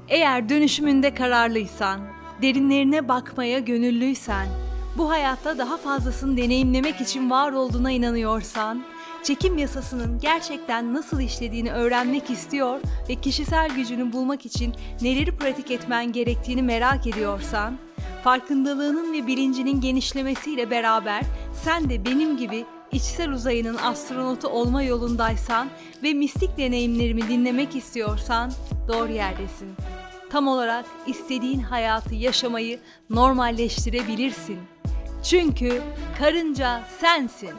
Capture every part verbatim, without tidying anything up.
Eğer dönüşümünde kararlıysan, derinlerine bakmaya gönüllüysen, bu hayatta daha fazlasını deneyimlemek için var olduğuna inanıyorsan, çekim yasasının gerçekten nasıl işlediğini öğrenmek istiyor ve kişisel gücünü bulmak için neleri pratik etmen gerektiğini merak ediyorsan, farkındalığının ve bilincinin genişlemesiyle beraber sen de benim gibi içsel uzayının astronotu olma yolundaysan ve mistik deneyimlerimi dinlemek istiyorsan doğru yerdesin. Tam olarak istediğin hayatı yaşamayı normalleştirebilirsin. Çünkü karınca sensin.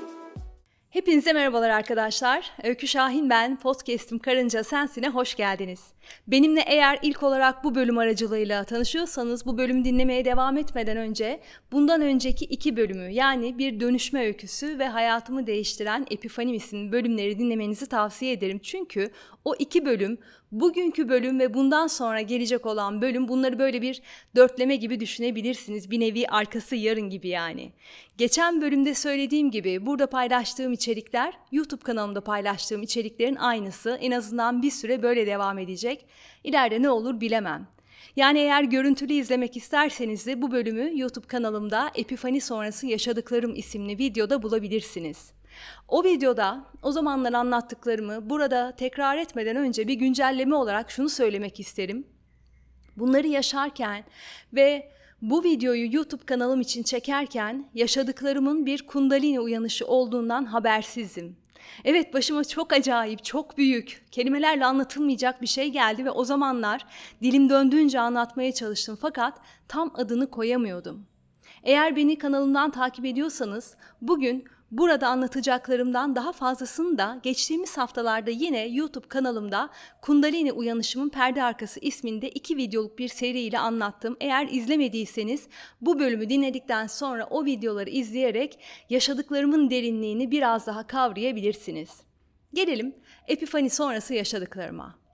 Hepinize merhabalar arkadaşlar. Öykü Şahin ben. Podcast'im Karınca Sensin'e hoş geldiniz. Benimle eğer ilk olarak bu bölüm aracılığıyla tanışıyorsanız bu bölümü dinlemeye devam etmeden önce bundan önceki iki bölümü yani bir dönüşme öyküsü ve hayatımı değiştiren Epifanim isimli bölümleri dinlemenizi tavsiye ederim. Çünkü o iki bölüm, bugünkü bölüm ve bundan sonra gelecek olan bölüm bunları böyle bir dörtleme gibi düşünebilirsiniz. Bir nevi arkası yarın gibi yani. Geçen bölümde söylediğim gibi burada paylaştığım içerikler YouTube kanalımda paylaştığım içeriklerin aynısı. En azından bir süre böyle devam edecek. İleride ne olur bilemem. Yani eğer görüntülü izlemek isterseniz de bu bölümü YouTube kanalımda Epifani sonrası yaşadıklarım isimli videoda bulabilirsiniz. O videoda o zamanlar anlattıklarımı burada tekrar etmeden önce bir güncelleme olarak şunu söylemek isterim. Bunları yaşarken ve bu videoyu YouTube kanalım için çekerken yaşadıklarımın bir kundalini uyanışı olduğundan habersizim. Evet, başıma çok acayip, çok büyük, kelimelerle anlatılmayacak bir şey geldi ve o zamanlar dilim döndüğünce anlatmaya çalıştım fakat tam adını koyamıyordum. Eğer beni kanalımdan takip ediyorsanız bugün burada anlatacaklarımdan daha fazlasını da geçtiğimiz haftalarda yine YouTube kanalımda Kundalini Uyanışımın Perde Arkası isminde iki videoluk bir seriyle anlattım. Eğer izlemediyseniz bu bölümü dinledikten sonra o videoları izleyerek yaşadıklarımın derinliğini biraz daha kavrayabilirsiniz. Gelelim Epifani sonrası yaşadıklarıma.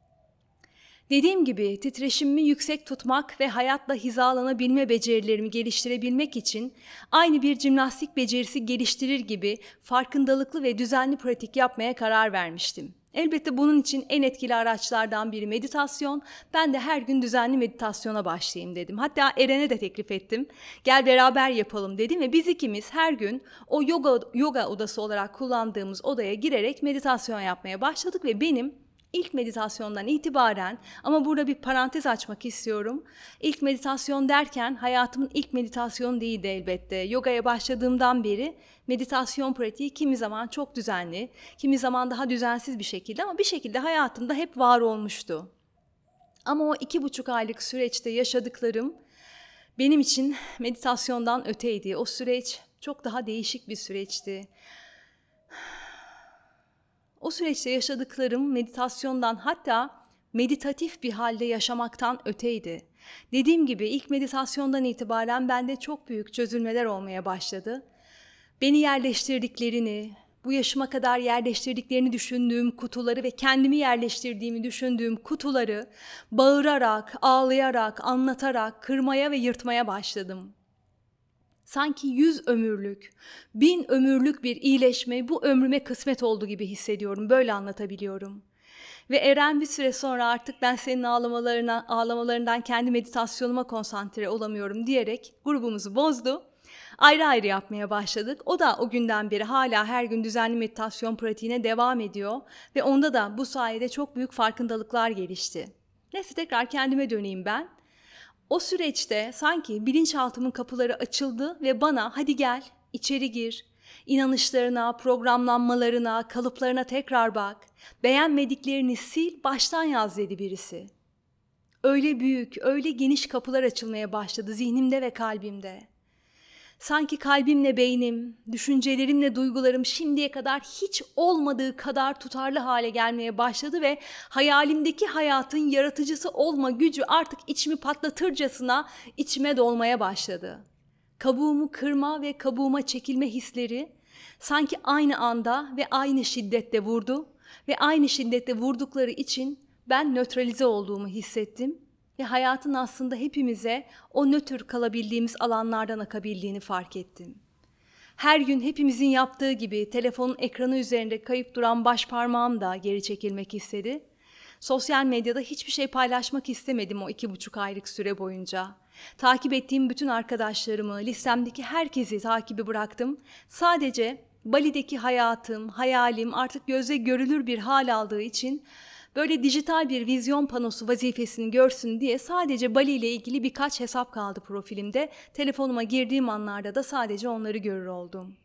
Dediğim gibi titreşimimi yüksek tutmak ve hayatla hizalanabilme becerilerimi geliştirebilmek için aynı bir jimnastik becerisi geliştirir gibi farkındalıklı ve düzenli pratik yapmaya karar vermiştim. Elbette bunun için en etkili araçlardan biri meditasyon. Ben de her gün düzenli meditasyona başlayayım dedim. Hatta Eren'e de teklif ettim. Gel beraber yapalım dedim ve biz ikimiz her gün o yoga, yoga odası olarak kullandığımız odaya girerek meditasyon yapmaya başladık ve benim İlk meditasyondan itibaren, ama burada bir parantez açmak istiyorum. İlk meditasyon derken hayatımın ilk meditasyonu değildi elbette. Yogaya başladığımdan beri meditasyon pratiği kimi zaman çok düzenli, kimi zaman daha düzensiz bir şekilde ama bir şekilde hayatımda hep var olmuştu. Ama o iki buçuk aylık süreçte yaşadıklarım benim için meditasyondan öteydi. O süreç çok daha değişik bir süreçti. O süreçte yaşadıklarım meditasyondan, hatta meditatif bir halde yaşamaktan öteydi. Dediğim gibi ilk meditasyondan itibaren bende çok büyük çözülmeler olmaya başladı. Beni yerleştirdiklerini, bu yaşıma kadar yerleştirdiklerini düşündüğüm kutuları ve kendimi yerleştirdiğimi düşündüğüm kutuları bağırarak, ağlayarak, anlatarak kırmaya ve yırtmaya başladım. Sanki yüz ömürlük, bin ömürlük bir iyileşme bu ömrüme kısmet oldu gibi hissediyorum, böyle anlatabiliyorum. Ve Eren bir süre sonra artık ben senin ağlamalarına, ağlamalarından kendi meditasyonuma konsantre olamıyorum diyerek grubumuzu bozdu. Ayrı ayrı yapmaya başladık. O da o günden beri hala her gün düzenli meditasyon pratiğine devam ediyor ve onda da bu sayede çok büyük farkındalıklar gelişti. Neyse, tekrar kendime döneyim ben. O süreçte sanki bilinçaltımın kapıları açıldı ve bana hadi gel, içeri gir, inanışlarına, programlanmalarına, kalıplarına tekrar bak, beğenmediklerini sil, baştan yaz dedi birisi. Öyle büyük, öyle geniş kapılar açılmaya başladı zihnimde ve kalbimde. Sanki kalbimle beynim, düşüncelerimle duygularım şimdiye kadar hiç olmadığı kadar tutarlı hale gelmeye başladı ve hayalimdeki hayatın yaratıcısı olma gücü artık içimi patlatırcasına içime dolmaya başladı. Kabuğumu kırma ve kabuğuma çekilme hisleri sanki aynı anda ve aynı şiddette vurdu ve aynı şiddette vurdukları için ben nötralize olduğumu hissettim. Ve hayatın aslında hepimize o nötr kalabildiğimiz alanlardan akabildiğini fark ettim. Her gün hepimizin yaptığı gibi telefonun ekranı üzerinde kayıp duran baş parmağım da geri çekilmek istedi. Sosyal medyada hiçbir şey paylaşmak istemedim o iki buçuk aylık süre boyunca. Takip ettiğim bütün arkadaşlarımı, listemdeki herkesi takibi bıraktım. Sadece Bali'deki hayatım, hayalim artık gözle görülür bir hal aldığı için böyle dijital bir vizyon panosu vazifesini görsün diye sadece Bali ile ilgili birkaç hesap kaldı profilimde. Telefonuma girdiğim anlarda da sadece onları görür oldum.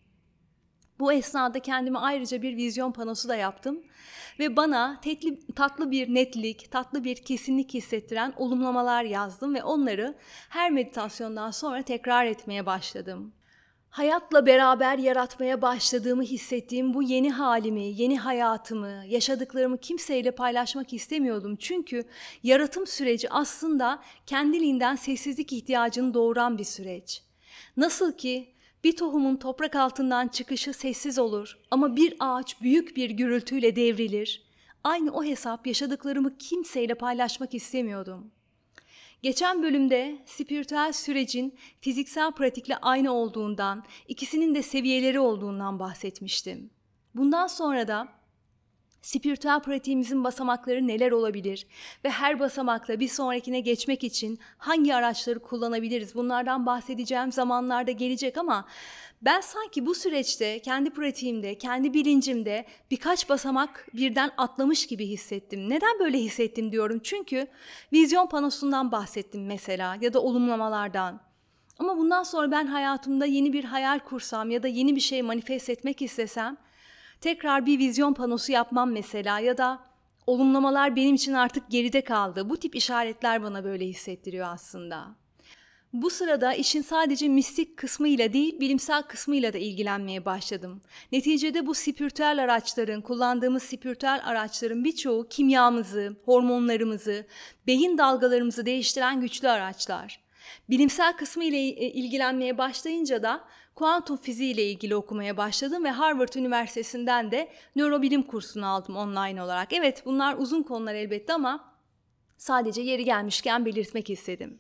Bu esnada kendime ayrıca bir vizyon panosu da yaptım ve bana tetli, tatlı bir netlik, tatlı bir kesinlik hissettiren olumlamalar yazdım ve onları her meditasyondan sonra tekrar etmeye başladım. Hayatla beraber yaratmaya başladığımı hissettiğim bu yeni halimi, yeni hayatımı, yaşadıklarımı kimseyle paylaşmak istemiyordum. Çünkü yaratım süreci aslında kendiliğinden sessizlik ihtiyacını doğuran bir süreç. Nasıl ki bir tohumun toprak altından çıkışı sessiz olur ama bir ağaç büyük bir gürültüyle devrilir. Aynı o hesap yaşadıklarımı kimseyle paylaşmak istemiyordum. Geçen bölümde spiritüel sürecin fiziksel pratikle aynı olduğundan, ikisinin de seviyeleri olduğundan bahsetmiştim. Bundan sonra da spiritüel pratiğimizin basamakları neler olabilir ve her basamakla bir sonrakine geçmek için hangi araçları kullanabiliriz? Bunlardan bahsedeceğim zamanlarda gelecek ama ben sanki bu süreçte kendi pratiğimde, kendi bilincimde birkaç basamak birden atlamış gibi hissettim. Neden böyle hissettim diyorum? Çünkü vizyon panosundan bahsettim mesela ya da olumlamalardan. Ama bundan sonra ben hayatımda yeni bir hayal kursam ya da yeni bir şey manifest etmek istesem tekrar bir vizyon panosu yapmam mesela ya da olumlamalar benim için artık geride kaldı. Bu tip işaretler bana böyle hissettiriyor aslında. Bu sırada işin sadece mistik kısmıyla değil, bilimsel kısmıyla da ilgilenmeye başladım. Neticede bu spiritüel araçların, kullandığımız spiritüel araçların birçoğu kimyamızı, hormonlarımızı, beyin dalgalarımızı değiştiren güçlü araçlar. Bilimsel kısmı ile ilgilenmeye başlayınca da kuantum fiziği ile ilgili okumaya başladım ve Harvard Üniversitesi'nden de nörobilim kursunu aldım online olarak. Evet, bunlar uzun konular elbette ama sadece yeri gelmişken belirtmek istedim.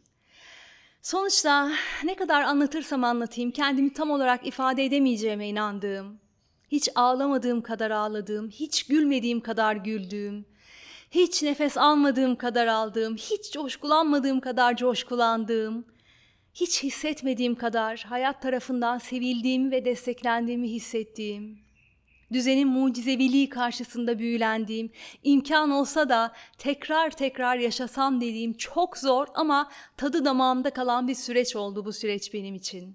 Sonuçta ne kadar anlatırsam anlatayım kendimi tam olarak ifade edemeyeceğime inandığım, hiç ağlamadığım kadar ağladığım, hiç gülmediğim kadar güldüğüm, hiç nefes almadığım kadar aldığım, hiç coşkulanmadığım kadar coşkulandığım, hiç hissetmediğim kadar hayat tarafından sevildiğimi ve desteklendiğimi hissettiğim, düzenin mucizeviliği karşısında büyülendiğim, imkan olsa da tekrar tekrar yaşasam dediğim çok zor ama tadı damağımda kalan bir süreç oldu bu süreç benim için.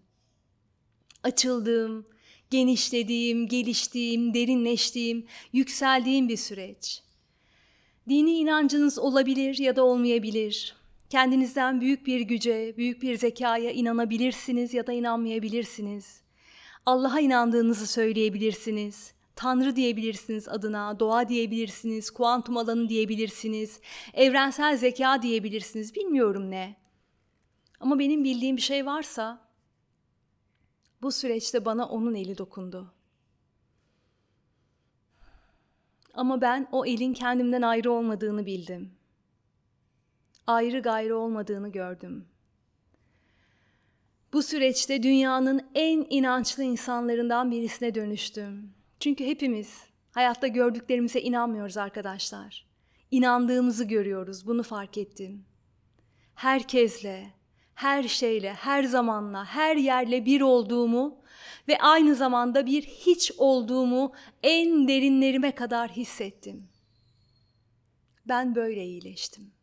Açıldığım, genişlediğim, geliştiğim, derinleştiğim, yükseldiğim bir süreç. Dini inancınız olabilir ya da olmayabilir. Kendinizden büyük bir güce, büyük bir zekaya inanabilirsiniz ya da inanmayabilirsiniz. Allah'a inandığınızı söyleyebilirsiniz. Tanrı diyebilirsiniz adına, doğa diyebilirsiniz, kuantum alanı diyebilirsiniz, evrensel zeka diyebilirsiniz, bilmiyorum ne. Ama benim bildiğim bir şey varsa, bu süreçte bana onun eli dokundu. Ama ben o elin kendimden ayrı olmadığını bildim. Ayrı gayrı olmadığını gördüm. Bu süreçte dünyanın en inançlı insanlarından birisine dönüştüm. Çünkü hepimiz hayatta gördüklerimize inanmıyoruz arkadaşlar. İnandığımızı görüyoruz, bunu fark ettim. Herkesle, her şeyle, her zamanla, her yerle bir olduğumu ve aynı zamanda bir hiç olduğumu en derinlerime kadar hissettim. Ben böyle iyileştim.